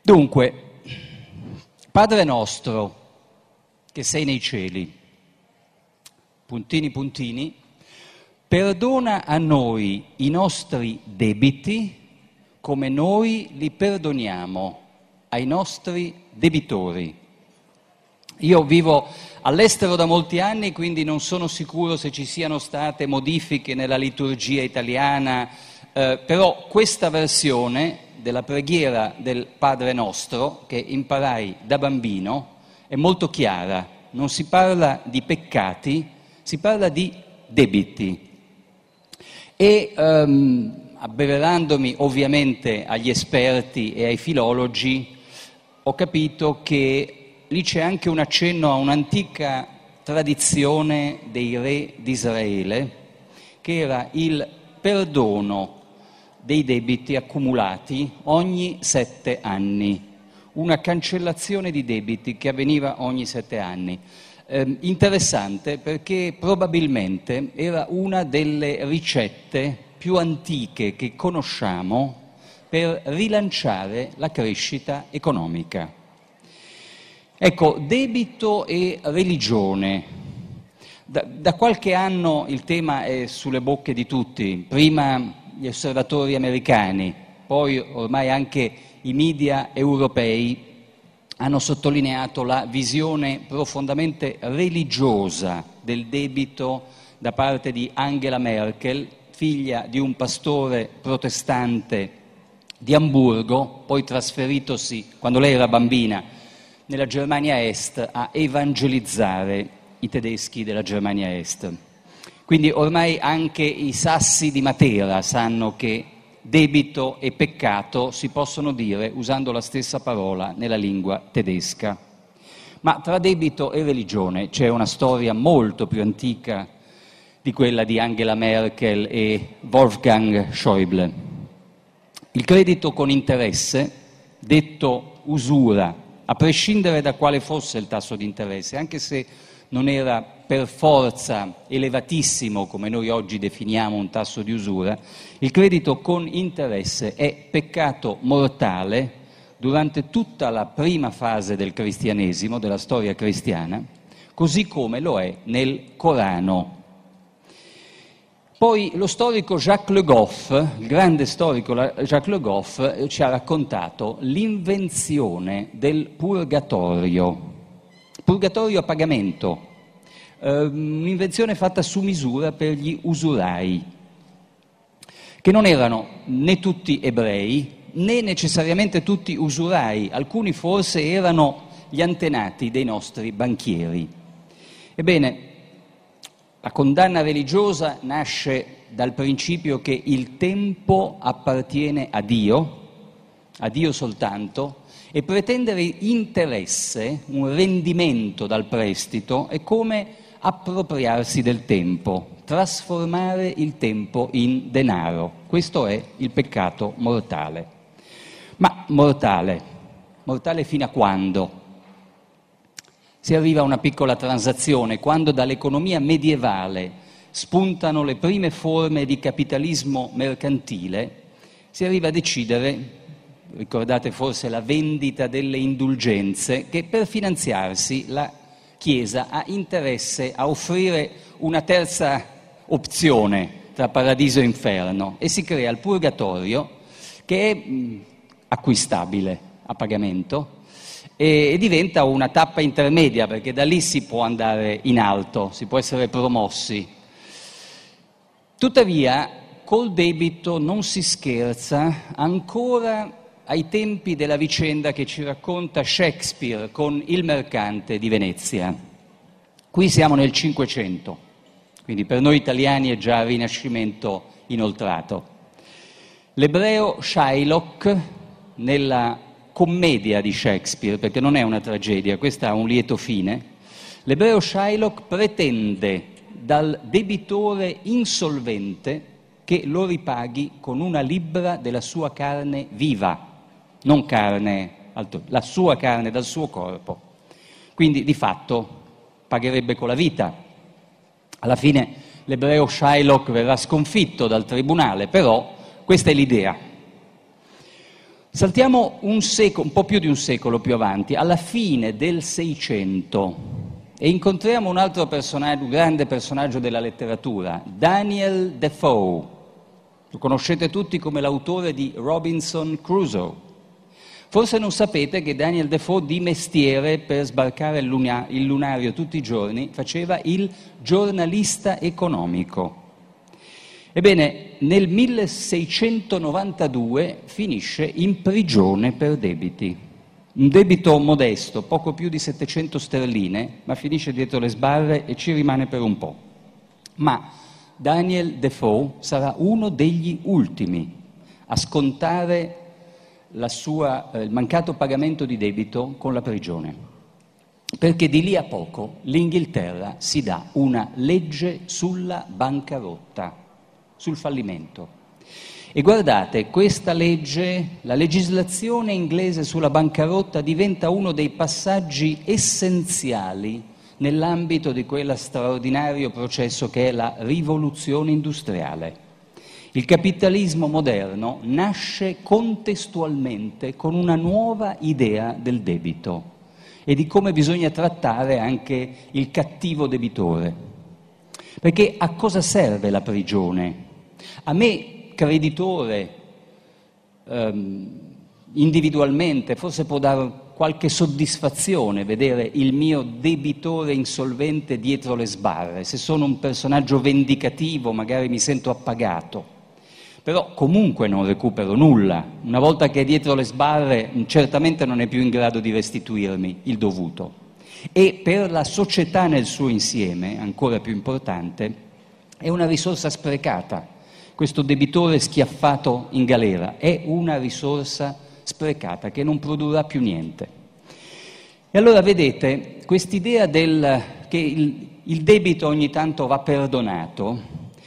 Dunque, Padre nostro, che sei nei cieli, puntini puntini, perdona a noi i nostri debiti come noi li perdoniamo ai nostri debitori. Io vivo all'estero da molti anni, quindi non sono sicuro se ci siano state modifiche nella liturgia italiana, però questa versione della preghiera del Padre Nostro, che imparai da bambino, è molto chiara. Non si parla di peccati, si parla di debiti. E abbeverandomi ovviamente agli esperti e ai filologi, ho capito che lì c'è anche un accenno a un'antica tradizione dei re di Israele, che era il perdono dei debiti accumulati ogni 7 anni, una cancellazione di debiti che avveniva ogni 7 anni. Interessante perché probabilmente era una delle ricette più antiche che conosciamo per rilanciare la crescita economica. Ecco, debito e religione. Da qualche anno il tema è sulle bocche di tutti, prima gli osservatori americani, poi ormai anche i media europei hanno sottolineato la visione profondamente religiosa del debito da parte di Angela Merkel, figlia di un pastore protestante di Amburgo, poi trasferitosi, quando lei era bambina, nella Germania Est a evangelizzare i tedeschi della Germania Est. Quindi ormai anche i sassi di Matera sanno che debito e peccato si possono dire usando la stessa parola nella lingua tedesca. Ma tra debito e religione c'è una storia molto più antica di quella di Angela Merkel e Wolfgang Schäuble. Il credito con interesse, detto usura, a prescindere da quale fosse il tasso di interesse, anche se non era per forza elevatissimo come noi oggi definiamo un tasso di usura, il credito con interesse è peccato mortale durante tutta la prima fase del cristianesimo, della storia cristiana, così come lo è nel Corano. Poi lo storico Jacques Le Goff, il grande storico Jacques Le Goff, ci ha raccontato l'invenzione del purgatorio a pagamento, un'invenzione fatta su misura per gli usurai, che non erano né tutti ebrei né necessariamente tutti usurai, alcuni forse erano gli antenati dei nostri banchieri. Ebbene, la condanna religiosa nasce dal principio che il tempo appartiene a Dio soltanto, e pretendere interesse, un rendimento dal prestito, è come appropriarsi del tempo, trasformare il tempo in denaro. Questo è il peccato mortale. Ma mortale fino a quando? Si arriva a una piccola transazione, quando dall'economia medievale spuntano le prime forme di capitalismo mercantile, si arriva a decidere, ricordate forse la vendita delle indulgenze, che per finanziarsi la Chiesa ha interesse a offrire una terza opzione tra paradiso e inferno, e si crea il purgatorio, che è acquistabile a pagamento e diventa una tappa intermedia, perché da lì si può andare in alto, si può essere promossi. Tuttavia, col debito non si scherza ancora ai tempi della vicenda che ci racconta Shakespeare con Il mercante di Venezia. Qui siamo nel Cinquecento, quindi per noi italiani è già il Rinascimento inoltrato. L'ebreo Shylock, nella commedia di Shakespeare, perché non è una tragedia, questa ha un lieto fine, l'ebreo Shylock pretende dal debitore insolvente che lo ripaghi con una libbra della sua carne viva, non carne, la sua carne dal suo corpo. Quindi di fatto pagherebbe con la vita. Alla fine l'ebreo Shylock verrà sconfitto dal tribunale, però questa è l'idea. Saltiamo un po' più di un secolo più avanti, alla fine del Seicento, e incontriamo un altro personaggio, un grande personaggio della letteratura, Daniel Defoe. Lo conoscete tutti come l'autore di Robinson Crusoe. Forse non sapete che Daniel Defoe, di mestiere, per sbarcare il lunario tutti i giorni, faceva il giornalista economico. Ebbene, nel 1692 finisce in prigione per debiti. Un debito modesto, poco più di 700 sterline, ma finisce dietro le sbarre e ci rimane per un po'. Ma Daniel Defoe sarà uno degli ultimi a scontare il mancato pagamento di debito con la prigione, perché di lì a poco l'Inghilterra si dà una legge sulla bancarotta, sul fallimento. E guardate, questa legge, la legislazione inglese sulla bancarotta, diventa uno dei passaggi essenziali nell'ambito di quel straordinario processo che è la rivoluzione industriale. Il capitalismo moderno nasce contestualmente con una nuova idea del debito e di come bisogna trattare anche il cattivo debitore. Perché a cosa serve la prigione? A me, creditore, individualmente, forse può dare qualche soddisfazione vedere il mio debitore insolvente dietro le sbarre. Se sono un personaggio vendicativo, magari mi sento appagato. Però comunque non recupero nulla. Una volta che è dietro le sbarre, certamente non è più in grado di restituirmi il dovuto. E per la società nel suo insieme, ancora più importante, è una risorsa sprecata. Questo debitore schiaffato in galera è una risorsa sprecata che non produrrà più niente. E allora vedete, quest'idea che il debito ogni tanto va perdonato,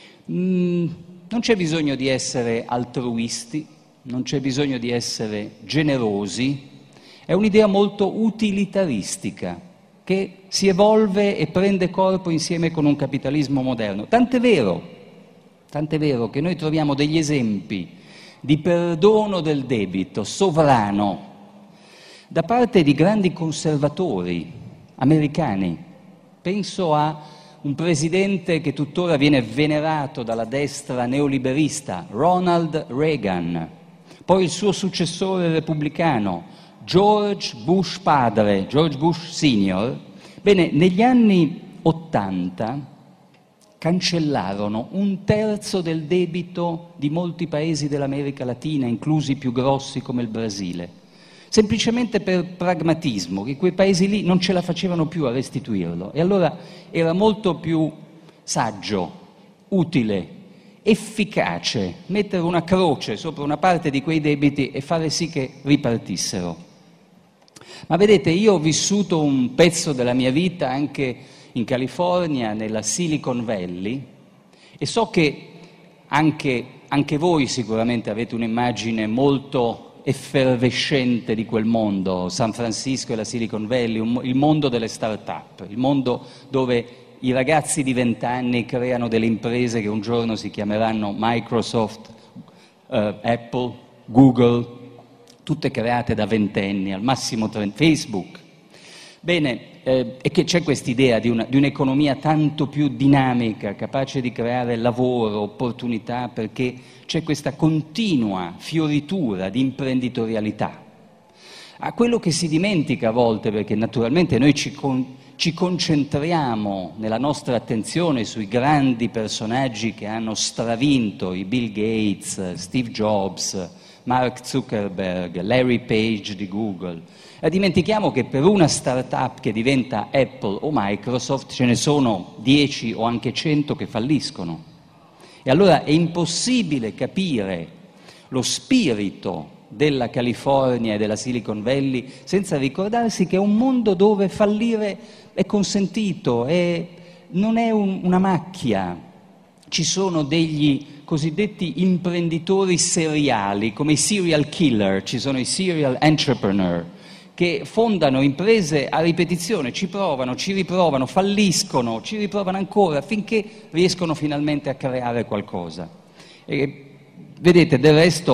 non c'è bisogno di essere altruisti, non c'è bisogno di essere generosi, è un'idea molto utilitaristica che si evolve e prende corpo insieme con un capitalismo moderno. Tant'è vero che noi troviamo degli esempi di perdono del debito sovrano da parte di grandi conservatori americani. Penso a un presidente che tuttora viene venerato dalla destra neoliberista, Ronald Reagan, poi il suo successore repubblicano, George Bush padre, George Bush senior. Bene, negli anni '80 cancellarono 1/3 del debito di molti paesi dell'America Latina, inclusi i più grossi come il Brasile, semplicemente per pragmatismo, che quei paesi lì non ce la facevano più a restituirlo. E allora era molto più saggio, utile, efficace mettere una croce sopra una parte di quei debiti e fare sì che ripartissero. Ma vedete, io ho vissuto un pezzo della mia vita anche in California, nella Silicon Valley, e so che anche voi sicuramente avete un'immagine molto effervescente di quel mondo, San Francisco e la Silicon Valley, il mondo delle start-up, il mondo dove i ragazzi di 20 anni creano delle imprese che un giorno si chiameranno Microsoft, Apple, Google, tutte create da ventenni, al massimo Facebook. Bene, e che c'è quest'idea di un'economia tanto più dinamica, capace di creare lavoro, opportunità, perché c'è questa continua fioritura di imprenditorialità. A quello che si dimentica a volte, perché naturalmente noi ci concentriamo nella nostra attenzione sui grandi personaggi che hanno stravinto, i Bill Gates, Steve Jobs, Mark Zuckerberg, Larry Page di Google. E dimentichiamo che per una start-up che diventa Apple o Microsoft ce ne sono 10 o anche 100 che falliscono. E allora è impossibile capire lo spirito della California e della Silicon Valley senza ricordarsi che è un mondo dove fallire è consentito, non è una macchia. Ci sono degli cosiddetti imprenditori seriali, come i serial killer, ci sono i serial entrepreneur, che fondano imprese a ripetizione, ci provano, ci riprovano, falliscono, ci riprovano ancora, finché riescono finalmente a creare qualcosa. E vedete, del resto,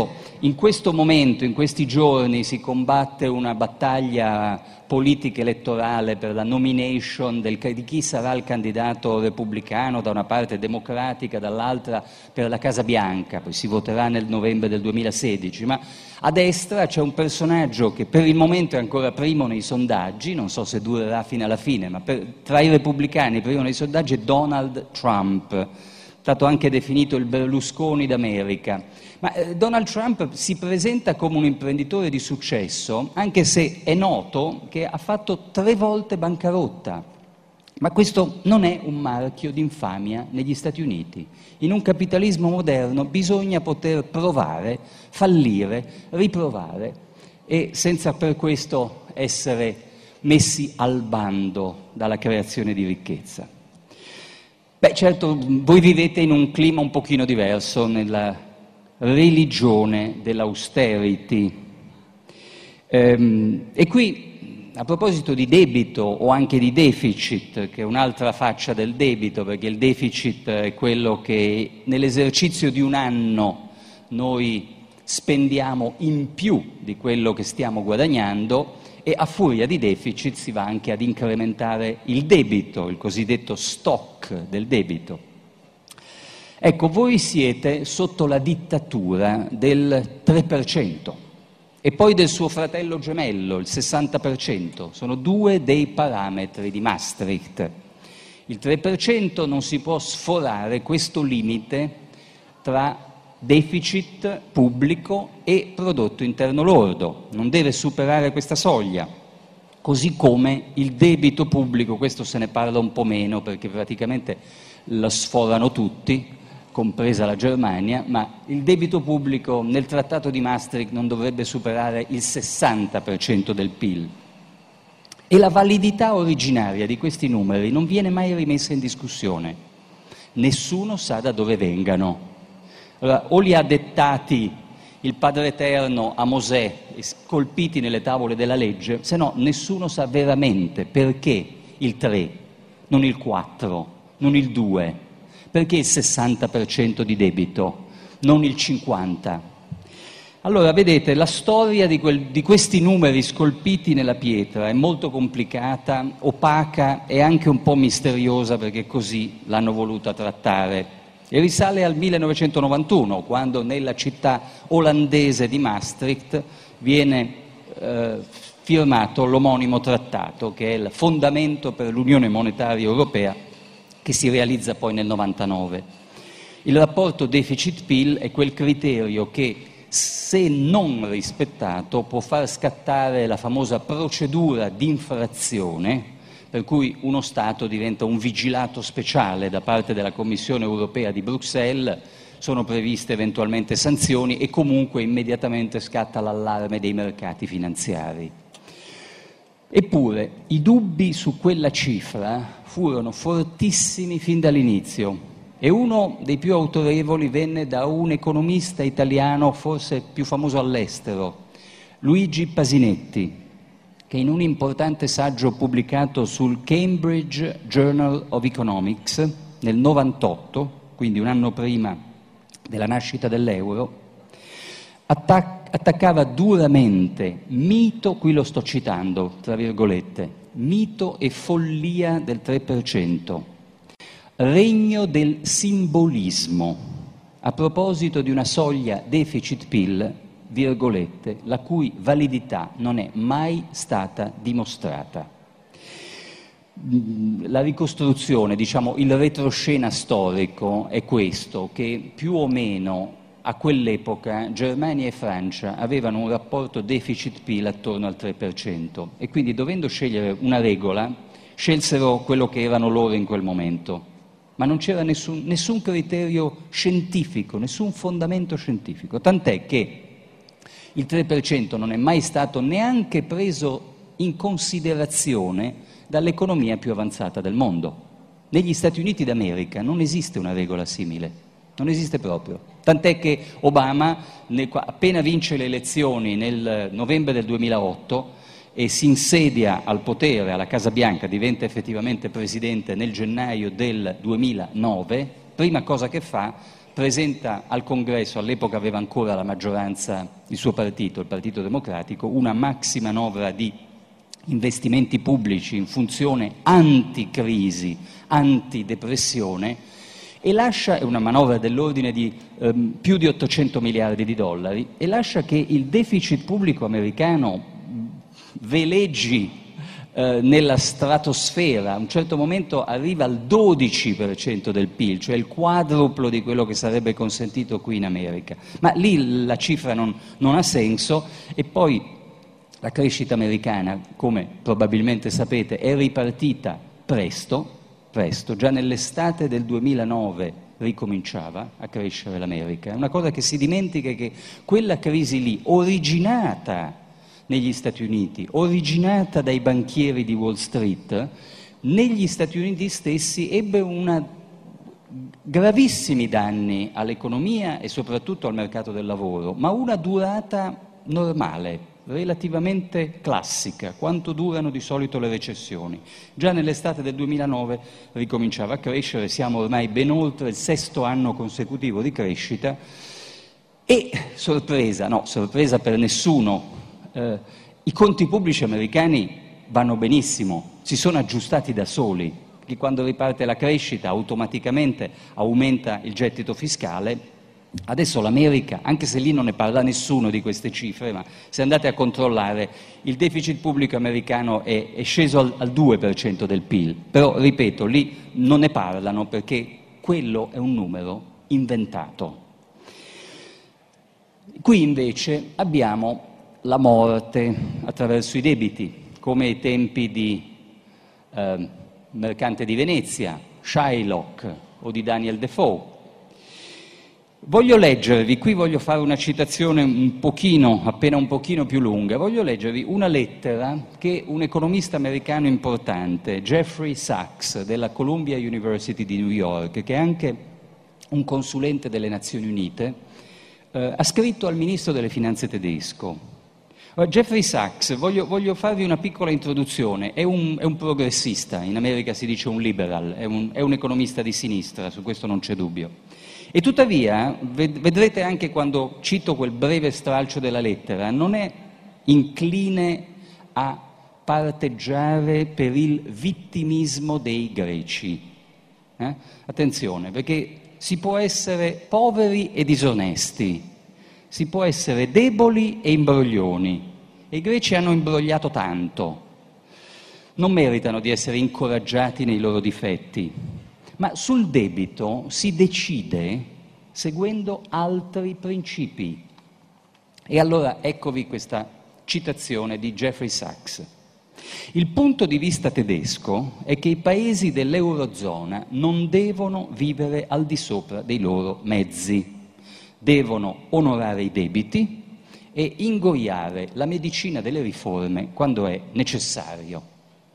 in questo momento, in questi giorni, si combatte una battaglia politica elettorale per la nomination di chi sarà il candidato repubblicano, da una parte democratica, dall'altra per la Casa Bianca, poi si voterà nel novembre del 2016, ma a destra c'è un personaggio che per il momento è ancora primo nei sondaggi, non so se durerà fino alla fine, ma tra i repubblicani primo nei sondaggi è Donald Trump, stato anche definito il Berlusconi d'America. Ma Donald Trump si presenta come un imprenditore di successo, anche se è noto che ha fatto 3 volte bancarotta. Ma questo non è un marchio d'infamia negli Stati Uniti. In un capitalismo moderno bisogna poter provare, fallire, riprovare e senza per questo essere messi al bando dalla creazione di ricchezza. Beh, certo, voi vivete in un clima un pochino diverso, nella religione dell'austerity. E qui, a proposito di debito o anche di deficit, che è un'altra faccia del debito, perché il deficit è quello che nell'esercizio di un anno noi spendiamo in più di quello che stiamo guadagnando, e a furia di deficit si va anche ad incrementare il debito, il cosiddetto stock del debito. Ecco, voi siete sotto la dittatura del 3% e poi del suo fratello gemello, il 60%. Sono 2 dei parametri di Maastricht. Il 3% non si può sforare questo limite tra deficit pubblico e prodotto interno lordo, non deve superare questa soglia, così come il debito pubblico, questo se ne parla un po' meno perché praticamente lo sforano tutti, compresa la Germania, ma il debito pubblico nel Trattato di Maastricht non dovrebbe superare il 60% del PIL. E la validità originaria di questi numeri non viene mai rimessa in discussione. Nessuno sa da dove vengano. Allora, o li ha dettati il Padre Eterno a Mosè, scolpiti nelle tavole della legge, se no nessuno sa veramente perché il 3, non il 4, non il 2, perché il 60% di debito, non il 50%. Allora, vedete, la storia di questi numeri scolpiti nella pietra è molto complicata, opaca e anche un po' misteriosa perché così l'hanno voluta trattare. E risale al 1991, quando nella città olandese di Maastricht viene firmato l'omonimo trattato, che è il fondamento per l'Unione Monetaria Europea, che si realizza poi nel 99. Il rapporto deficit-PIL è quel criterio che, se non rispettato, può far scattare la famosa procedura di infrazione, per cui uno Stato diventa un vigilato speciale da parte della Commissione europea di Bruxelles, sono previste eventualmente sanzioni e comunque immediatamente scatta l'allarme dei mercati finanziari. Eppure i dubbi su quella cifra furono fortissimi fin dall'inizio e uno dei più autorevoli venne da un economista italiano forse più famoso all'estero, Luigi Pasinetti, che in un importante saggio pubblicato sul Cambridge Journal of Economics nel 98, quindi un anno prima della nascita dell'euro, attaccava duramente mito, qui lo sto citando, tra virgolette, mito e follia del 3%, regno del simbolismo, a proposito di una soglia deficit-PIL, virgolette, la cui validità non è mai stata dimostrata. La ricostruzione, diciamo il retroscena storico è questo, che più o meno a quell'epoca Germania e Francia avevano un rapporto deficit-PIL attorno al 3% e quindi dovendo scegliere una regola scelsero quello che erano loro in quel momento, ma non c'era nessun criterio scientifico, nessun fondamento scientifico, tant'è che il 3% non è mai stato neanche preso in considerazione dall'economia più avanzata del mondo. Negli Stati Uniti d'America non esiste una regola simile, non esiste proprio. Tant'è che Obama, appena vince le elezioni nel novembre del 2008 e si insedia al potere alla Casa Bianca, diventa effettivamente presidente nel gennaio del 2009, prima cosa che fa, presenta al Congresso, all'epoca aveva ancora la maggioranza il suo partito, il Partito Democratico, una maximanovra di investimenti pubblici in funzione anticrisi, antidepressione, e lascia, è una manovra dell'ordine di più di 800 miliardi di dollari, e lascia che il deficit pubblico americano veleggi nella stratosfera. A un certo momento arriva al 12% del PIL, cioè il quadruplo di quello che sarebbe consentito qui in America. Ma lì la cifra non ha senso, e poi la crescita americana, come probabilmente sapete, è ripartita presto, già nell'estate del 2009 ricominciava a crescere l'America. È una cosa che si dimentica, che quella crisi lì, originata negli Stati Uniti, originata dai banchieri di Wall Street, negli Stati Uniti stessi ebbe gravissimi danni all'economia e soprattutto al mercato del lavoro, ma una durata normale, relativamente classica, quanto durano di solito le recessioni. Già nell'estate del 2009 ricominciava a crescere, siamo ormai ben oltre il 6º anno consecutivo di crescita e, sorpresa per nessuno, i conti pubblici americani vanno benissimo, si sono aggiustati da soli, perché quando riparte la crescita automaticamente aumenta il gettito fiscale. Adesso l'America, anche se lì non ne parla nessuno di queste cifre, ma se andate a controllare, il deficit pubblico americano è sceso al 2% del PIL, però ripeto, lì non ne parlano perché quello è un numero inventato. Qui invece abbiamo la morte attraverso i debiti, come ai tempi di Mercante di Venezia, Shylock o di Daniel Defoe. Voglio leggervi, qui voglio fare una citazione appena un pochino più lunga, voglio leggervi una lettera che un economista americano importante, Jeffrey Sachs, della Columbia University di New York, che è anche un consulente delle Nazioni Unite, ha scritto al ministro delle Finanze tedesco. Jeffrey Sachs, voglio farvi una piccola introduzione, è un progressista, in America si dice un liberal, è un economista di sinistra, su questo non c'è dubbio. E tuttavia, vedrete anche quando cito quel breve stralcio della lettera, non è incline a parteggiare per il vittimismo dei greci. Attenzione, perché si può essere poveri e disonesti, si può essere deboli e imbroglioni, e i greci hanno imbrogliato tanto. Non meritano di essere incoraggiati nei loro difetti. Ma sul debito si decide seguendo altri principi. E allora eccovi questa citazione di Jeffrey Sachs. Il punto di vista tedesco è che i paesi dell'Eurozona non devono vivere al di sopra dei loro mezzi, devono onorare i debiti e ingoiare la medicina delle riforme quando è necessario.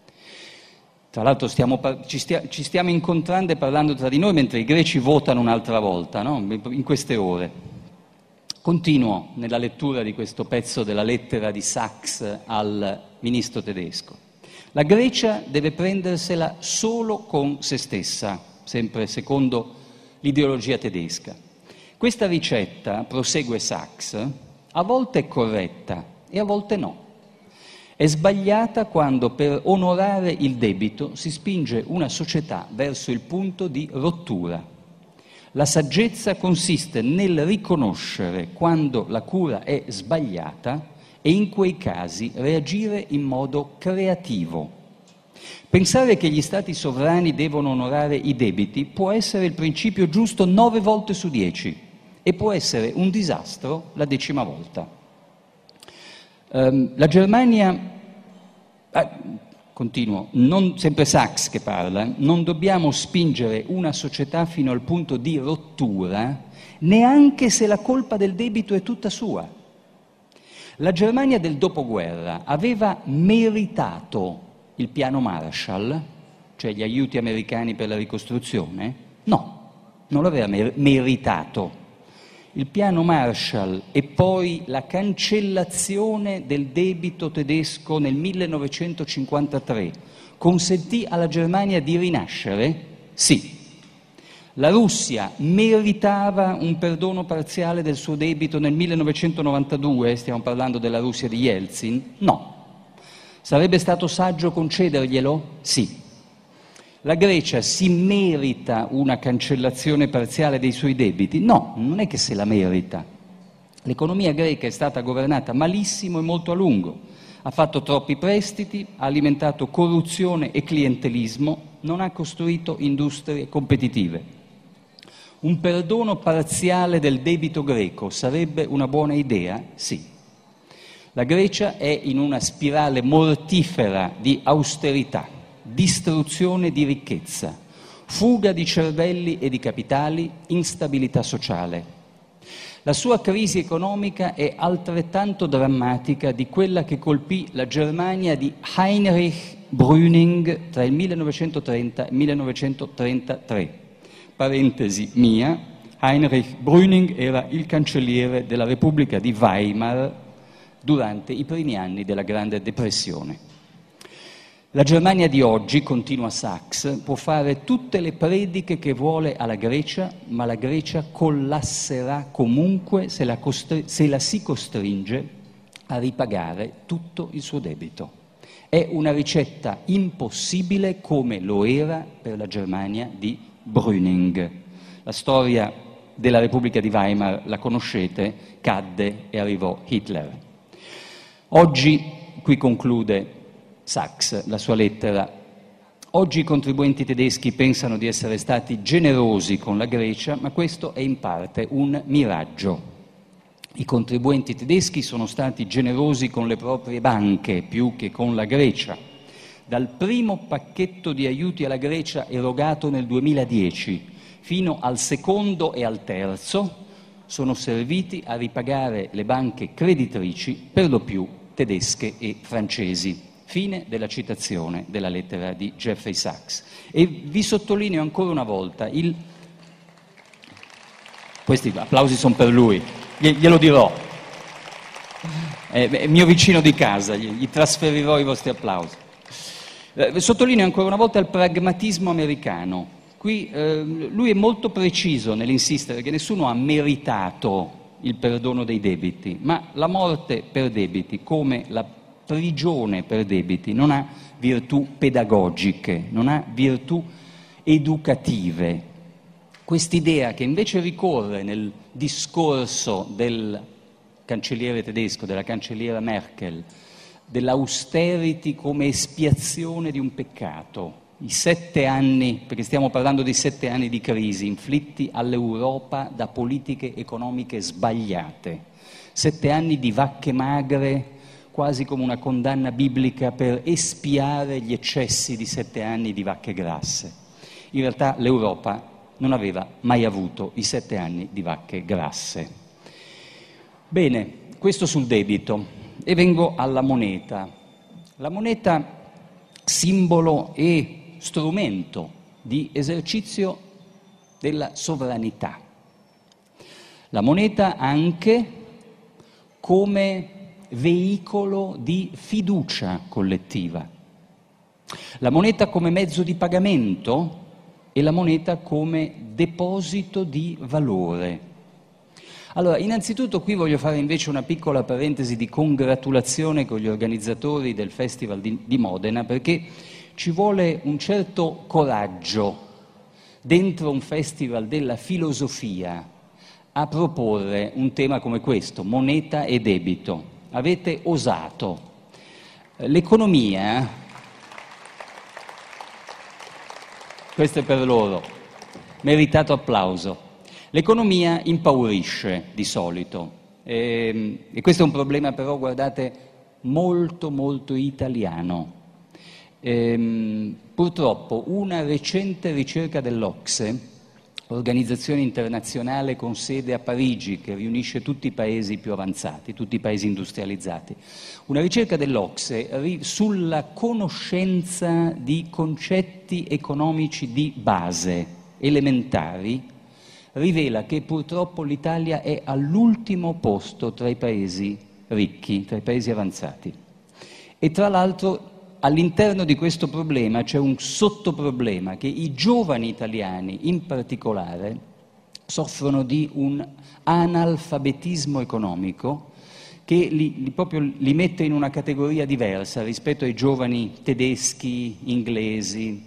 Tra l'altro ci stiamo incontrando e parlando tra di noi mentre i greci votano un'altra volta, no? In queste ore. Continuo nella lettura di questo pezzo della lettera di Sachs al ministro tedesco. La Grecia deve prendersela solo con se stessa, sempre secondo l'ideologia tedesca. Questa ricetta, prosegue Sachs, a volte è corretta e a volte no. È sbagliata quando per onorare il debito si spinge una società verso il punto di rottura. La saggezza consiste nel riconoscere quando la cura è sbagliata e in quei casi reagire in modo creativo. Pensare che gli stati sovrani devono onorare i debiti può essere il principio giusto 9 volte su 10 e può essere un disastro la 10ª volta. La Germania, continuo, sempre Sachs che parla, non dobbiamo spingere una società fino al punto di rottura, neanche se la colpa del debito è tutta sua. La Germania del dopoguerra aveva meritato il piano Marshall, cioè gli aiuti americani per la ricostruzione? No, non l'aveva meritato. Il piano Marshall e poi la cancellazione del debito tedesco nel 1953 consentì alla Germania di rinascere? Sì. La Russia meritava un perdono parziale del suo debito nel 1992, stiamo parlando della Russia di Yeltsin? No. Sarebbe stato saggio concederglielo? Sì. La Grecia si merita una cancellazione parziale dei suoi debiti? No, non è che se la merita. L'economia greca è stata governata malissimo e molto a lungo. Ha fatto troppi prestiti, ha alimentato corruzione e clientelismo, non ha costruito industrie competitive. Un perdono parziale del debito greco sarebbe una buona idea? Sì. La Grecia è in una spirale mortifera di austerità, distruzione di ricchezza, fuga di cervelli e di capitali, instabilità sociale. La sua crisi economica è altrettanto drammatica di quella che colpì la Germania di Heinrich Brüning tra il 1930 e il 1933. Parentesi mia, Heinrich Brüning era il cancelliere della Repubblica di Weimar durante i primi anni della Grande Depressione. La Germania di oggi, continua Sachs, può fare tutte le prediche che vuole alla Grecia, ma la Grecia collasserà comunque se la si costringe a ripagare tutto il suo debito. È una ricetta impossibile come lo era per la Germania di Brüning. La storia della Repubblica di Weimar la conoscete, cadde e arrivò Hitler. Oggi, qui conclude Sachs la sua lettera, oggi i contribuenti tedeschi pensano di essere stati generosi con la Grecia, ma questo è in parte un miraggio. I contribuenti tedeschi sono stati generosi con le proprie banche più che con la Grecia. Dal primo pacchetto di aiuti alla Grecia erogato nel 2010 fino al secondo e al terzo sono serviti a ripagare le banche creditrici, per lo più tedesche e francesi. Fine della citazione della lettera di Jeffrey Sachs. E vi sottolineo ancora una volta, questi applausi sono per lui, glielo dirò, è mio vicino di casa, gli trasferirò i vostri applausi. Sottolineo ancora una volta il pragmatismo americano. Qui lui è molto preciso nell'insistere che nessuno ha meritato il perdono dei debiti, ma la morte per debiti, come la prigione per debiti, non ha virtù pedagogiche, non ha virtù educative. Quest'idea che invece ricorre nel discorso del cancelliere tedesco, della cancelliera Merkel, dell'austerity come espiazione di un peccato, i 7 anni, perché stiamo parlando di 7 anni di crisi inflitti all'Europa da politiche economiche sbagliate, 7 anni di vacche magre, quasi come una condanna biblica per espiare gli eccessi di 7 anni di vacche grasse. In realtà l'Europa non aveva mai avuto i 7 anni di vacche grasse. Bene, questo sul debito. E vengo alla moneta. La moneta, simbolo e strumento di esercizio della sovranità. La moneta anche come veicolo di fiducia collettiva. La moneta come mezzo di pagamento e la moneta come deposito di valore. Allora, innanzitutto qui voglio fare invece una piccola parentesi di congratulazione con gli organizzatori del Festival di Modena, perché ci vuole un certo coraggio dentro un festival della filosofia a proporre un tema come questo, moneta e debito. Avete osato. L'economia, questo è per loro, meritato applauso. L'economia impaurisce di solito e questo è un problema però, guardate, molto molto italiano. Purtroppo una recente ricerca dell'OCSE, organizzazione internazionale con sede a Parigi che riunisce tutti i paesi più avanzati, tutti i paesi industrializzati, una ricerca dell'OCSE sulla conoscenza di concetti economici di base, elementari, rivela che purtroppo l'Italia è all'ultimo posto tra i paesi ricchi, tra i paesi avanzati. E tra l'altro all'interno di questo problema c'è un sottoproblema, che i giovani italiani in particolare soffrono di un analfabetismo economico che proprio li mette in una categoria diversa rispetto ai giovani tedeschi, inglesi.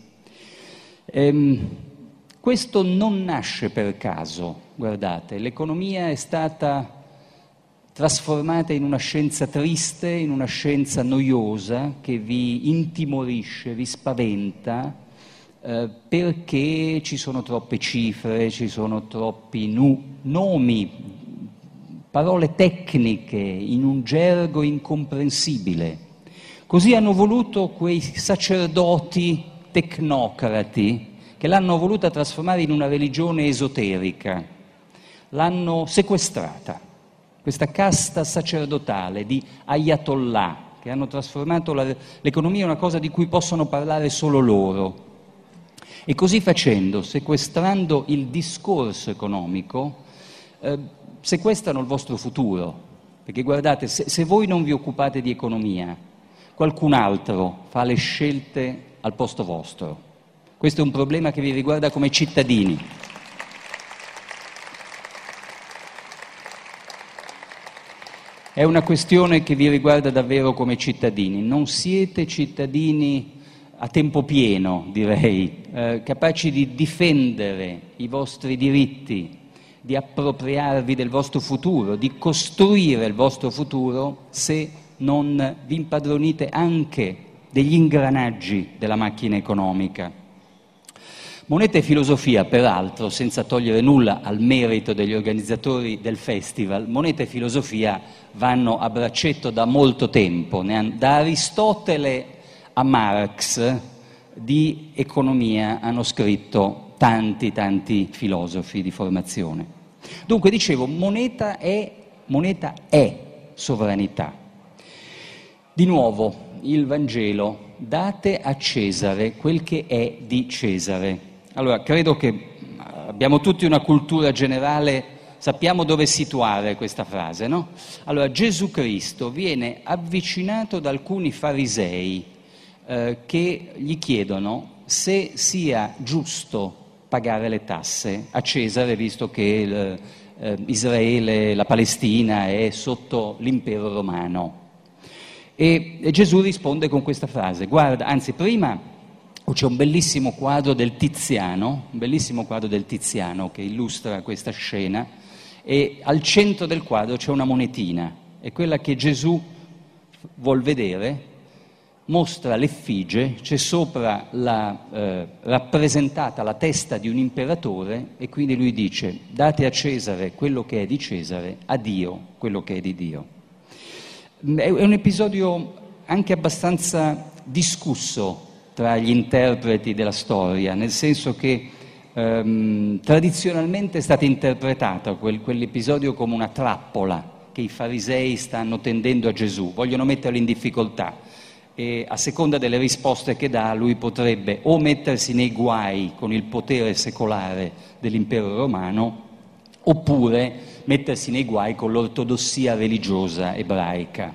Questo non nasce per caso, guardate, l'economia è stata trasformata in una scienza triste, in una scienza noiosa che vi intimorisce, vi spaventa, perché ci sono troppe cifre, ci sono troppi nomi, parole tecniche in un gergo incomprensibile. Così hanno voluto quei sacerdoti tecnocrati che l'hanno voluta trasformare in una religione esoterica, l'hanno sequestrata, questa casta sacerdotale di ayatollah, che hanno trasformato l'economia in una cosa di cui possono parlare solo loro. E così facendo, sequestrando il discorso economico, sequestrano il vostro futuro. Perché guardate, se voi non vi occupate di economia, qualcun altro fa le scelte al posto vostro. Questo è un problema che vi riguarda come cittadini. È una questione che vi riguarda davvero come cittadini. Non siete cittadini a tempo pieno, direi, capaci di difendere i vostri diritti, di appropriarvi del vostro futuro, di costruire il vostro futuro se non vi impadronite anche degli ingranaggi della macchina economica. Moneta e filosofia, peraltro, senza togliere nulla al merito degli organizzatori del festival, moneta e filosofia vanno a braccetto da molto tempo, da Aristotele a Marx di economia hanno scritto tanti filosofi di formazione. Dunque, dicevo, moneta è sovranità. Di nuovo, il Vangelo, date a Cesare quel che è di Cesare. Allora, credo che abbiamo tutti una cultura generale, sappiamo dove situare questa frase, no? Allora, Gesù Cristo viene avvicinato da alcuni farisei che gli chiedono se sia giusto pagare le tasse a Cesare, visto che Israele, la Palestina, è sotto l'impero romano. E Gesù risponde con questa frase, guarda, anzi prima c'è un bellissimo quadro del Tiziano che illustra questa scena, e al centro del quadro c'è una monetina, è quella che Gesù vuol vedere, mostra l'effigie, c'è sopra rappresentata la testa di un imperatore, e quindi lui dice, date a Cesare quello che è di Cesare, a Dio quello che è di Dio. È un episodio anche abbastanza discusso tra gli interpreti della storia, nel senso che tradizionalmente è stata interpretata quell'episodio come una trappola che i farisei stanno tendendo a Gesù, vogliono metterlo in difficoltà, e a seconda delle risposte che dà lui potrebbe o mettersi nei guai con il potere secolare dell'impero romano, oppure mettersi nei guai con l'ortodossia religiosa ebraica.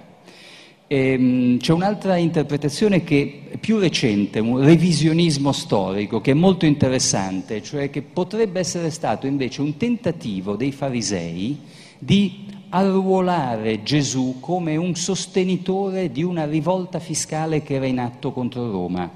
C'è un'altra interpretazione che è più recente, un revisionismo storico che è molto interessante, cioè che potrebbe essere stato invece un tentativo dei farisei di arruolare Gesù come un sostenitore di una rivolta fiscale che era in atto contro Roma,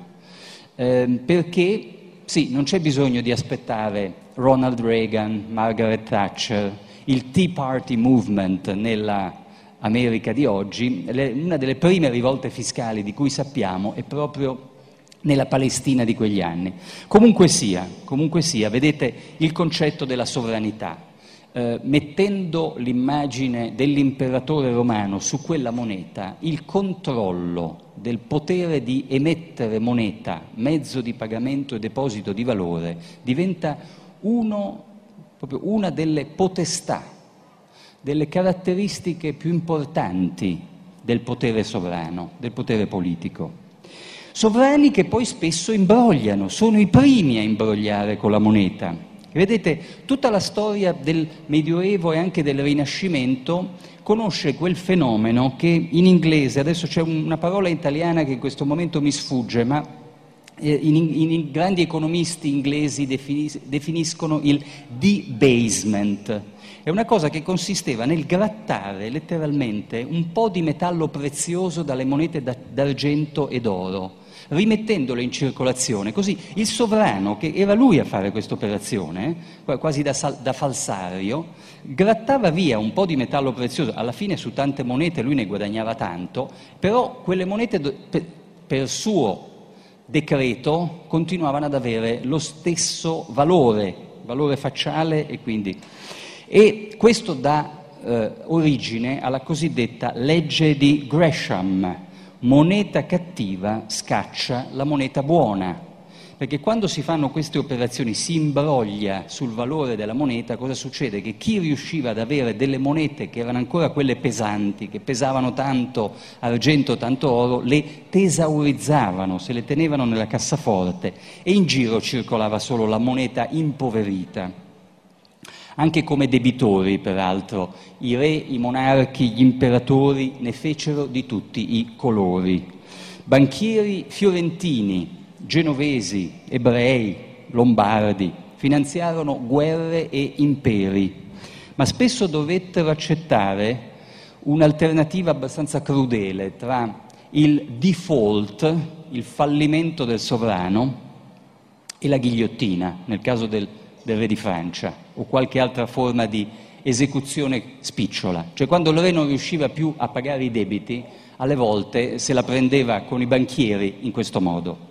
perché sì, non c'è bisogno di aspettare Ronald Reagan, Margaret Thatcher, il Tea Party Movement nella America di oggi. Una delle prime rivolte fiscali di cui sappiamo è proprio nella Palestina di quegli anni. Comunque sia, vedete il concetto della sovranità. Mettendo l'immagine dell'imperatore romano su quella moneta, il controllo del potere di emettere moneta, mezzo di pagamento e deposito di valore, diventa proprio una delle potestà, delle caratteristiche più importanti del potere sovrano, del potere politico. Sovrani che poi spesso imbrogliano, sono i primi a imbrogliare con la moneta. Vedete, tutta la storia del Medioevo e anche del Rinascimento conosce quel fenomeno che in inglese, adesso c'è una parola italiana che in questo momento mi sfugge, ma i grandi economisti inglesi definiscono il debasement. È una cosa che consisteva nel grattare letteralmente un po' di metallo prezioso dalle monete d'argento e d'oro, rimettendole in circolazione. Così il sovrano, che era lui a fare questa operazione, quasi da falsario, grattava via un po' di metallo prezioso. Alla fine su tante monete lui ne guadagnava tanto, però quelle monete per suo decreto continuavano ad avere lo stesso valore facciale e questo dà origine alla cosiddetta legge di Gresham: moneta cattiva scaccia la moneta buona, perché quando si fanno queste operazioni si imbroglia sul valore della moneta. Cosa succede? Che chi riusciva ad avere delle monete che erano ancora quelle pesanti, che pesavano tanto argento, tanto oro, le tesaurizzavano, se le tenevano nella cassaforte e in giro circolava solo la moneta impoverita. Anche come debitori, peraltro, i re, i monarchi, gli imperatori ne fecero di tutti i colori. Banchieri fiorentini, genovesi, ebrei, lombardi finanziarono guerre e imperi, ma spesso dovettero accettare un'alternativa abbastanza crudele tra il default, il fallimento del sovrano, e la ghigliottina, nel caso del re di Francia, o qualche altra forma di esecuzione spicciola. Cioè, quando il re non riusciva più a pagare i debiti, alle volte se la prendeva con i banchieri in questo modo.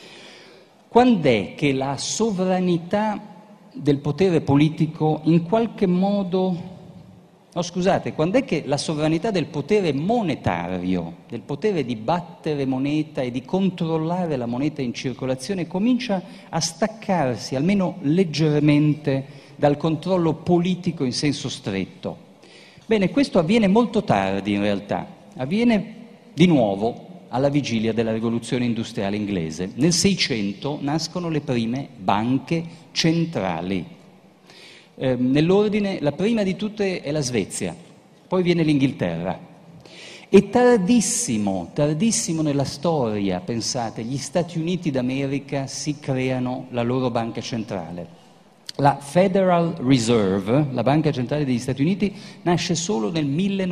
Quando è che la sovranità del potere politico in qualche modo... quando è che la sovranità del potere monetario, del potere di battere moneta e di controllare la moneta in circolazione, comincia a staccarsi, almeno leggermente, dal controllo politico in senso stretto? Bene, questo avviene molto tardi in realtà, avviene di nuovo alla vigilia della rivoluzione industriale inglese. Nel 600 nascono le prime banche centrali. Nell'ordine, la prima di tutte è la Svezia, poi viene l'Inghilterra. E tardissimo nella storia, pensate, gli Stati Uniti d'America si creano la loro banca centrale. La Federal Reserve, la banca centrale degli Stati Uniti, nasce solo nel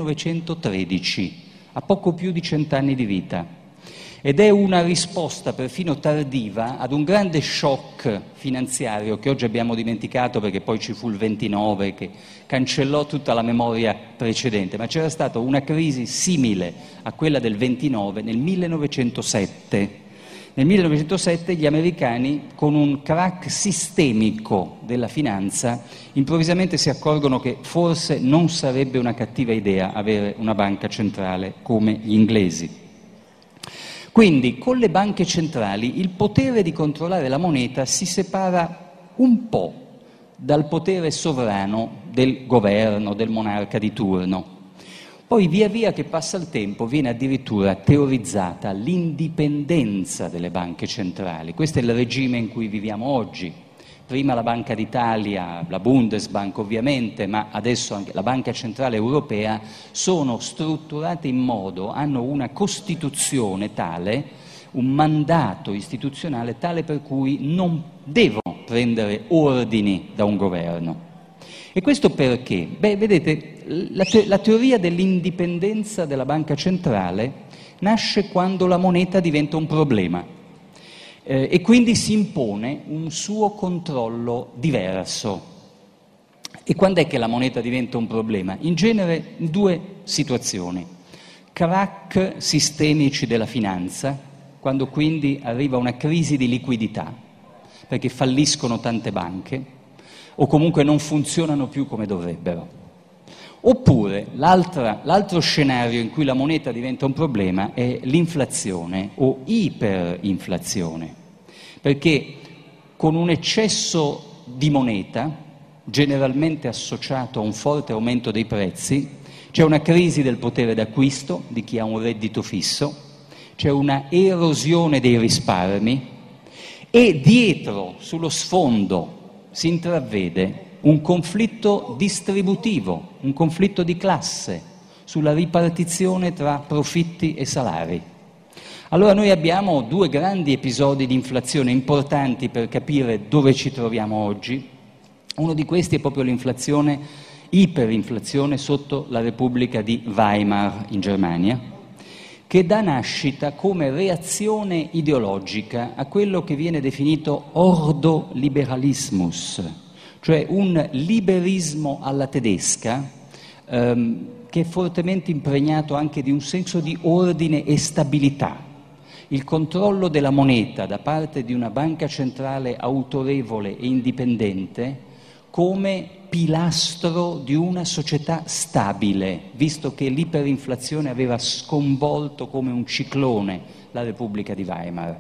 1913, a poco più di 100 anni di vita. Ed è una risposta perfino tardiva ad un grande shock finanziario che oggi abbiamo dimenticato, perché poi ci fu il 29 che cancellò tutta la memoria precedente, ma c'era stata una crisi simile a quella del 29 nel 1907. Nel 1907 gli americani, con un crack sistemico della finanza, improvvisamente si accorgono che forse non sarebbe una cattiva idea avere una banca centrale come gli inglesi. Quindi con le banche centrali il potere di controllare la moneta si separa un po' dal potere sovrano del governo, del monarca di turno. Poi via via che passa il tempo viene addirittura teorizzata l'indipendenza delle banche centrali. Questo è il regime in cui viviamo oggi. Prima la Banca d'Italia, la Bundesbank ovviamente, ma adesso anche la Banca Centrale Europea, sono strutturate in modo, hanno una costituzione tale, un mandato istituzionale tale per cui non devono prendere ordini da un governo. E questo perché? Beh, vedete, la teoria dell'indipendenza della Banca Centrale nasce quando la moneta diventa un problema. E quindi si impone un suo controllo diverso. E quando è che la moneta diventa un problema? In genere in due situazioni: crack sistemici della finanza, quando quindi arriva una crisi di liquidità, perché falliscono tante banche, o comunque non funzionano più come dovrebbero. Oppure l'altro scenario in cui la moneta diventa un problema è l'inflazione o iperinflazione, perché con un eccesso di moneta, generalmente associato a un forte aumento dei prezzi, c'è una crisi del potere d'acquisto di chi ha un reddito fisso, c'è una erosione dei risparmi e dietro, sullo sfondo, si intravede un conflitto distributivo, un conflitto di classe, sulla ripartizione tra profitti e salari. Allora noi abbiamo due grandi episodi di inflazione importanti per capire dove ci troviamo oggi. Uno di questi è proprio l'inflazione, iperinflazione sotto la Repubblica di Weimar in Germania, che dà nascita come reazione ideologica a quello che viene definito Ordoliberalismus, cioè un liberismo alla tedesca che è fortemente impregnato anche di un senso di ordine e stabilità. Il controllo della moneta da parte di una banca centrale autorevole e indipendente come pilastro di una società stabile, visto che l'iperinflazione aveva sconvolto come un ciclone la Repubblica di Weimar.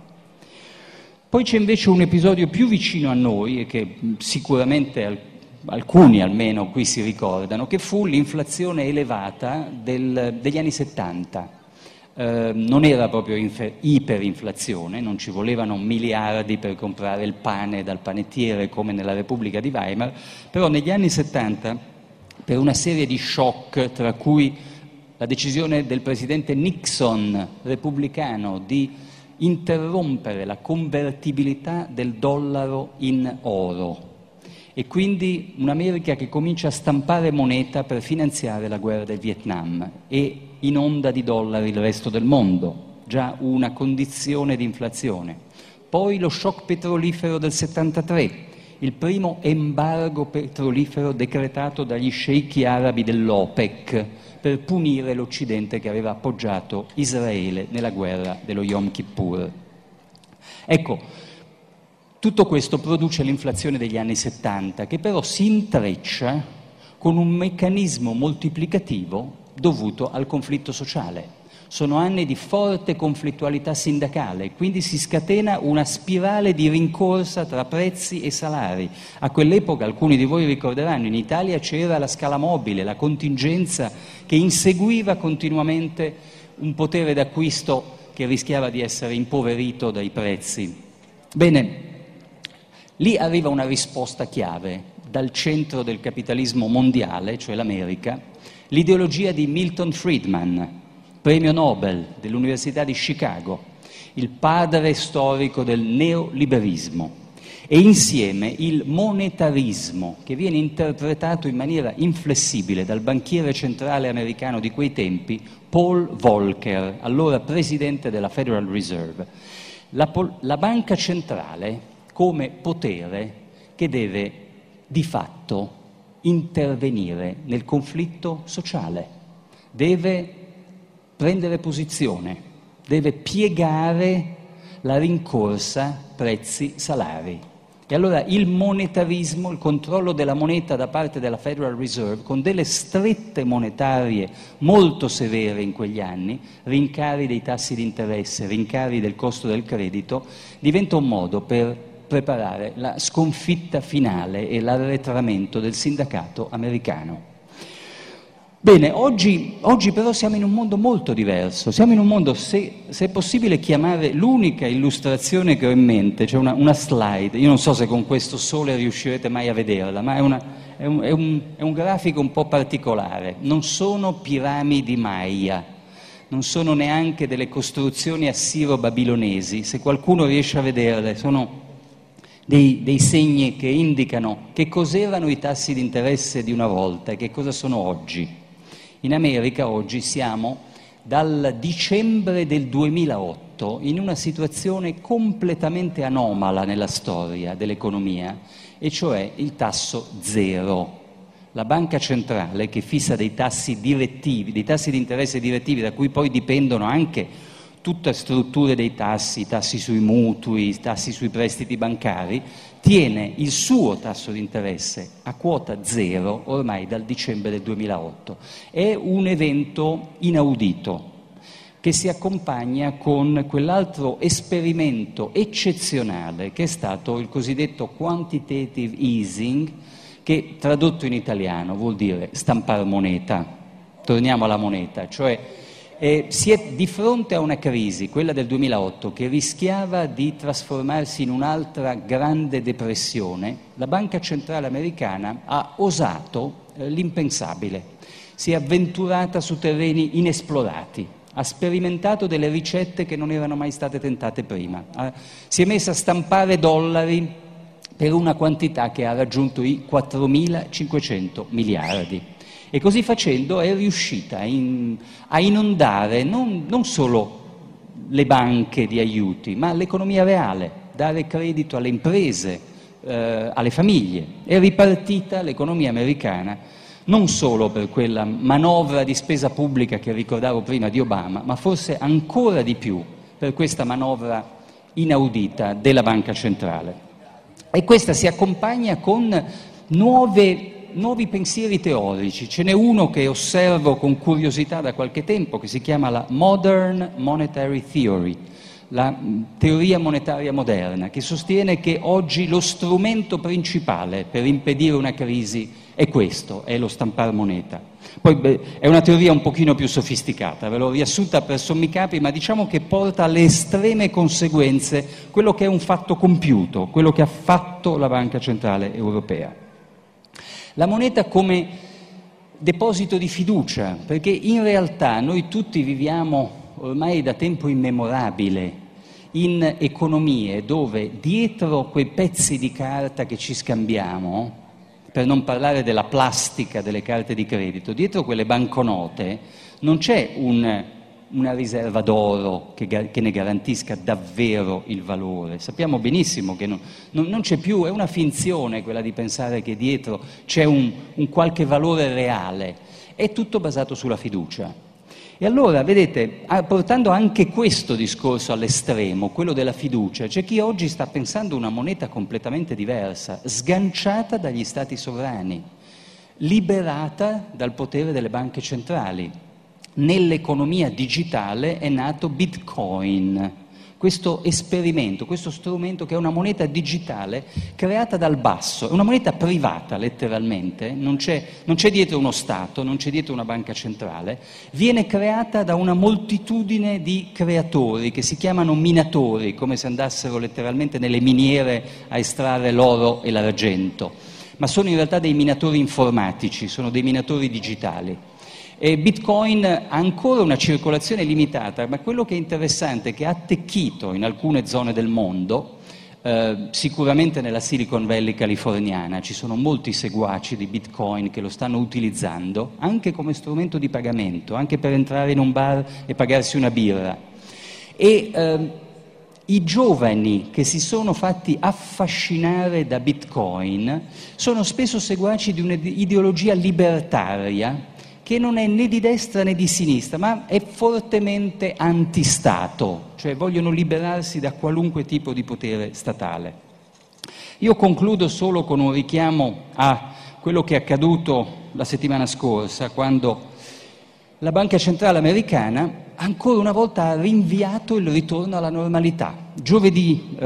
Poi c'è invece un episodio più vicino a noi, e che sicuramente alcuni almeno qui si ricordano, che fu l'inflazione elevata degli anni 70. Non era proprio iperinflazione, non ci volevano miliardi per comprare il pane dal panettiere come nella Repubblica di Weimar, però negli anni 70, per una serie di shock, tra cui la decisione del presidente Nixon, repubblicano, di interrompere la convertibilità del dollaro in oro, e quindi un'America che comincia a stampare moneta per finanziare la guerra del Vietnam e inonda di dollari il resto del mondo, già una condizione di inflazione. Poi lo shock petrolifero del 73, il primo embargo petrolifero decretato dagli sceicchi arabi dell'OPEC per punire l'Occidente che aveva appoggiato Israele nella guerra dello Yom Kippur. Ecco, tutto questo produce l'inflazione degli anni 70, che però si intreccia con un meccanismo moltiplicativo dovuto al conflitto sociale. Sono anni di forte conflittualità sindacale, quindi si scatena una spirale di rincorsa tra prezzi e salari. A quell'epoca, alcuni di voi ricorderanno, in Italia c'era la scala mobile, la contingenza che inseguiva continuamente un potere d'acquisto che rischiava di essere impoverito dai prezzi. Bene, lì arriva una risposta chiave dal centro del capitalismo mondiale, cioè l'America, l'ideologia di Milton Friedman, premio Nobel dell'Università di Chicago, il padre storico del neoliberismo, e insieme il monetarismo, che viene interpretato in maniera inflessibile dal banchiere centrale americano di quei tempi, Paul Volcker, allora presidente della Federal Reserve. La banca centrale come potere che deve di fatto intervenire nel conflitto sociale, deve prendere posizione, deve piegare la rincorsa prezzi-salari. E allora il monetarismo, il controllo della moneta da parte della Federal Reserve, con delle strette monetarie molto severe in quegli anni, rincari dei tassi di interesse, rincari del costo del credito, diventa un modo per preparare la sconfitta finale e l'arretramento del sindacato americano. Bene, oggi però siamo in un mondo molto diverso, siamo in un mondo, se è possibile chiamare l'unica illustrazione che ho in mente, cioè una slide, io non so se con questo sole riuscirete mai a vederla, ma è un grafico un po' particolare, non sono piramidi Maya, non sono neanche delle costruzioni assiro-babilonesi, se qualcuno riesce a vederle, sono dei segni che indicano che cos'erano i tassi di interesse di una volta e che cosa sono oggi. In America oggi siamo dal dicembre del 2008 in una situazione completamente anomala nella storia dell'economia, e cioè il tasso zero. La banca centrale, che fissa dei tassi direttivi, dei tassi di interesse direttivi da cui poi dipendono anche tutte strutture dei tassi, i tassi sui mutui, i tassi sui prestiti bancari, tiene il suo tasso di interesse a quota zero ormai dal dicembre del 2008. È un evento inaudito che si accompagna con quell'altro esperimento eccezionale che è stato il cosiddetto quantitative easing, che tradotto in italiano vuol dire stampare moneta. Torniamo alla moneta, cioè si è di fronte a una crisi, quella del 2008, che rischiava di trasformarsi in un'altra grande depressione. La Banca Centrale Americana ha osato l'impensabile, si è avventurata su terreni inesplorati, ha sperimentato delle ricette che non erano mai state tentate prima, si è messa a stampare dollari per una quantità che ha raggiunto i 4.500 miliardi. E così facendo è riuscita a inondare non solo le banche di aiuti, ma l'economia reale, dare credito alle imprese, alle famiglie. È ripartita l'economia americana non solo per quella manovra di spesa pubblica che ricordavo prima di Obama, ma forse ancora di più per questa manovra inaudita della Banca Centrale. E questa si accompagna con nuovi pensieri teorici. Ce n'è uno che osservo con curiosità da qualche tempo, che si chiama la Modern Monetary Theory, la teoria monetaria moderna, che sostiene che oggi lo strumento principale per impedire una crisi è questo, è lo stampare moneta. Poi è una teoria un pochino più sofisticata, ve l'ho riassunta per sommi capi, ma diciamo che porta alle estreme conseguenze quello che è un fatto compiuto, quello che ha fatto la Banca Centrale Europea. La moneta come deposito di fiducia, perché in realtà noi tutti viviamo ormai da tempo immemorabile in economie dove dietro quei pezzi di carta che ci scambiamo, per non parlare della plastica delle carte di credito, dietro quelle banconote non c'è una riserva d'oro che ne garantisca davvero il valore. Sappiamo benissimo che non c'è più, è una finzione quella di pensare che dietro c'è un qualche valore reale, è tutto basato sulla fiducia. E allora, vedete, portando anche questo discorso all'estremo, quello della fiducia, c'è chi oggi sta pensando una moneta completamente diversa, sganciata dagli stati sovrani, liberata dal potere delle banche centrali. Nell'economia digitale è nato Bitcoin, questo esperimento, questo strumento che è una moneta digitale creata dal basso, è una moneta privata letteralmente, non c'è dietro uno Stato, non c'è dietro una banca centrale, viene creata da una moltitudine di creatori che si chiamano minatori, come se andassero letteralmente nelle miniere a estrarre l'oro e l'argento, ma sono in realtà dei minatori informatici, sono dei minatori digitali. E Bitcoin ha ancora una circolazione limitata, ma quello che è interessante è che ha attecchito in alcune zone del mondo, sicuramente nella Silicon Valley californiana, ci sono molti seguaci di Bitcoin che lo stanno utilizzando anche come strumento di pagamento, anche per entrare in un bar e pagarsi una birra. E i giovani che si sono fatti affascinare da Bitcoin sono spesso seguaci di un'ideologia libertaria che non è né di destra né di sinistra, ma è fortemente antistato, cioè vogliono liberarsi da qualunque tipo di potere statale. Io concludo solo con un richiamo a quello che è accaduto la settimana scorsa, quando la Banca Centrale Americana ancora una volta ha rinviato il ritorno alla normalità. Giovedì,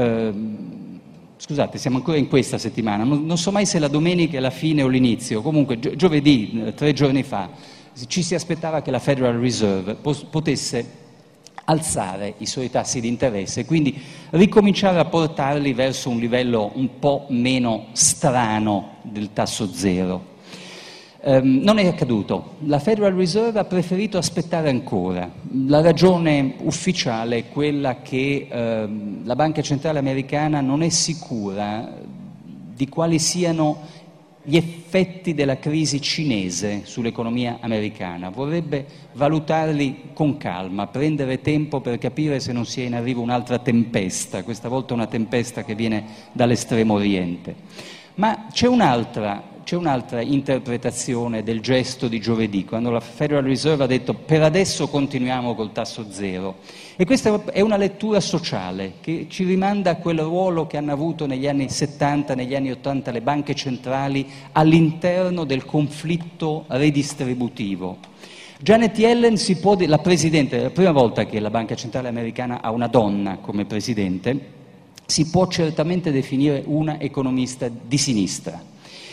scusate, siamo ancora in questa settimana, non so mai se la domenica è la fine o l'inizio, comunque giovedì, 3 giorni fa, ci si aspettava che la Federal Reserve potesse alzare i suoi tassi di interesse e quindi ricominciare a portarli verso un livello un po' meno strano del tasso zero. Non è accaduto, la Federal Reserve ha preferito aspettare ancora. La ragione ufficiale è quella che la Banca Centrale Americana non è sicura di quali siano gli effetti della crisi cinese sull'economia americana, vorrebbe valutarli con calma, prendere tempo per capire se non sia in arrivo un'altra tempesta, questa volta una tempesta che viene dall'estremo oriente. Ma c'è un'altra interpretazione del gesto di giovedì, quando la Federal Reserve ha detto per adesso continuiamo col tasso zero. E questa è una lettura sociale che ci rimanda a quel ruolo che hanno avuto negli anni 70, negli anni 80 le banche centrali all'interno del conflitto redistributivo. Janet Yellen la presidente, è la prima volta che la Banca Centrale Americana ha una donna come presidente, si può certamente definire una economista di sinistra.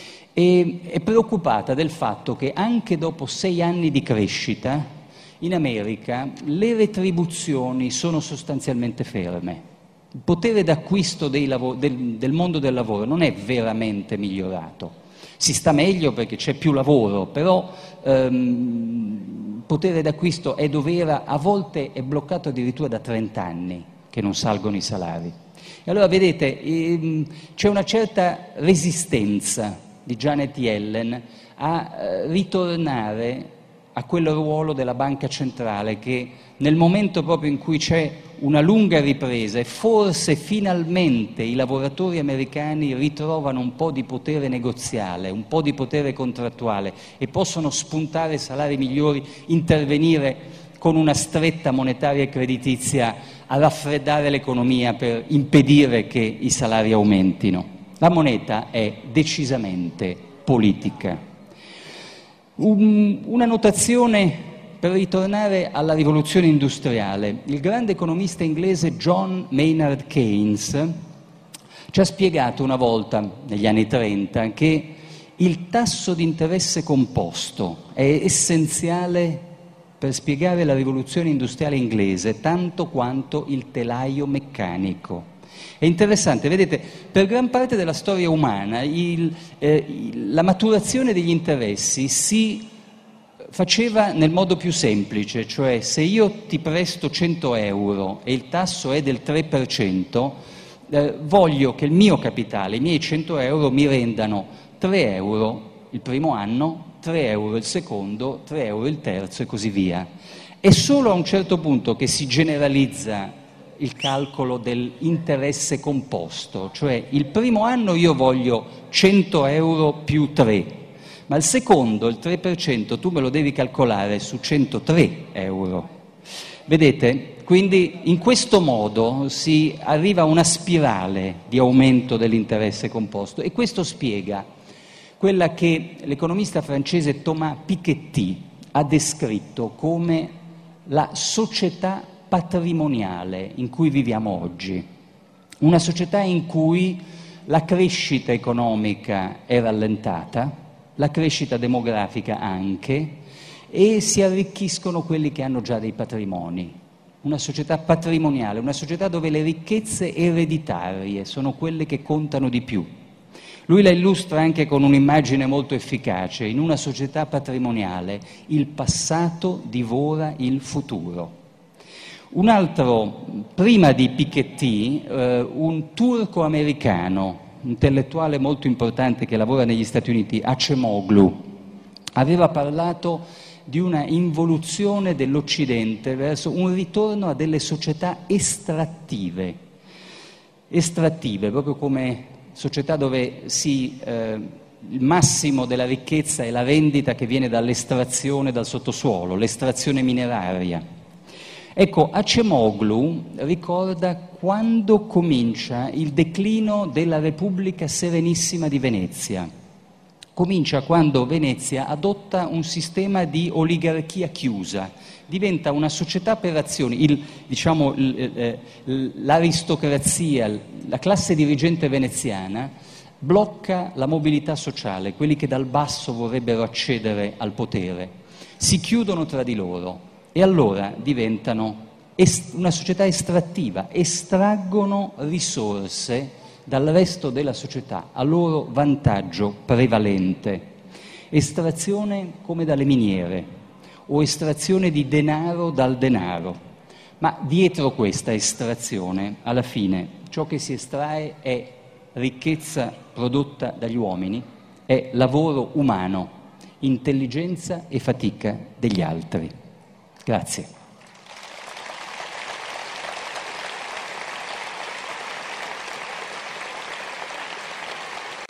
E è preoccupata del fatto che anche dopo 6 anni di crescita in America le retribuzioni sono sostanzialmente ferme. Il potere d'acquisto del mondo del lavoro non è veramente migliorato. Si sta meglio perché c'è più lavoro, però potere d'acquisto è dovere, a volte è bloccato addirittura da 30 anni che non salgono i salari. E allora vedete, c'è una certa resistenza di Janet Yellen a ritornare a quel ruolo della banca centrale che nel momento proprio in cui c'è una lunga ripresa e forse finalmente i lavoratori americani ritrovano un po' di potere negoziale, un po' di potere contrattuale e possono spuntare salari migliori, intervenire con una stretta monetaria e creditizia a raffreddare l'economia per impedire che i salari aumentino. La moneta è decisamente politica. Una notazione per ritornare alla rivoluzione industriale. Il grande economista inglese John Maynard Keynes ci ha spiegato una volta, negli anni 30, che il tasso di interesse composto è essenziale per spiegare la rivoluzione industriale inglese tanto quanto il telaio meccanico. È interessante, vedete, per gran parte della storia umana la maturazione degli interessi si faceva nel modo più semplice, cioè se io ti presto 100 euro e il tasso è del 3%, voglio che il mio capitale, i miei 100 euro mi rendano 3 euro il primo anno, 3 euro il secondo, 3 euro il terzo e così via. È solo a un certo punto che si generalizza il calcolo dell'interesse composto, cioè il primo anno io voglio 100 euro più 3, ma il secondo, il 3%, tu me lo devi calcolare su 103 euro. Vedete? Quindi in questo modo si arriva a una spirale di aumento dell'interesse composto e questo spiega quella che l'economista francese Thomas Piketty ha descritto come la società patrimoniale in cui viviamo oggi. Una società in cui la crescita economica è rallentata, la crescita demografica anche, e si arricchiscono quelli che hanno già dei patrimoni. Una società patrimoniale, una società dove le ricchezze ereditarie sono quelle che contano di più. Lui la illustra anche con un'immagine molto efficace. In una società patrimoniale il passato divora il futuro. Un altro, prima di Piketty, un turco americano, intellettuale molto importante che lavora negli Stati Uniti, Acemoglu, aveva parlato di una involuzione dell'Occidente verso un ritorno a delle società estrattive, proprio come società dove il massimo della ricchezza è la rendita che viene dall'estrazione dal sottosuolo, l'estrazione mineraria. Ecco, Acemoglu ricorda quando comincia il declino della Repubblica Serenissima di Venezia. Comincia quando Venezia adotta un sistema di oligarchia chiusa, diventa una società per azioni, l'aristocrazia, la classe dirigente veneziana blocca la mobilità sociale, quelli che dal basso vorrebbero accedere al potere, si chiudono tra di loro e allora diventano una società estrattiva, estraggono risorse dal resto della società a loro vantaggio prevalente. Estrazione come dalle miniere o estrazione di denaro dal denaro, ma dietro questa estrazione alla fine ciò che si estrae è ricchezza prodotta dagli uomini, è lavoro umano, intelligenza e fatica degli altri. Grazie.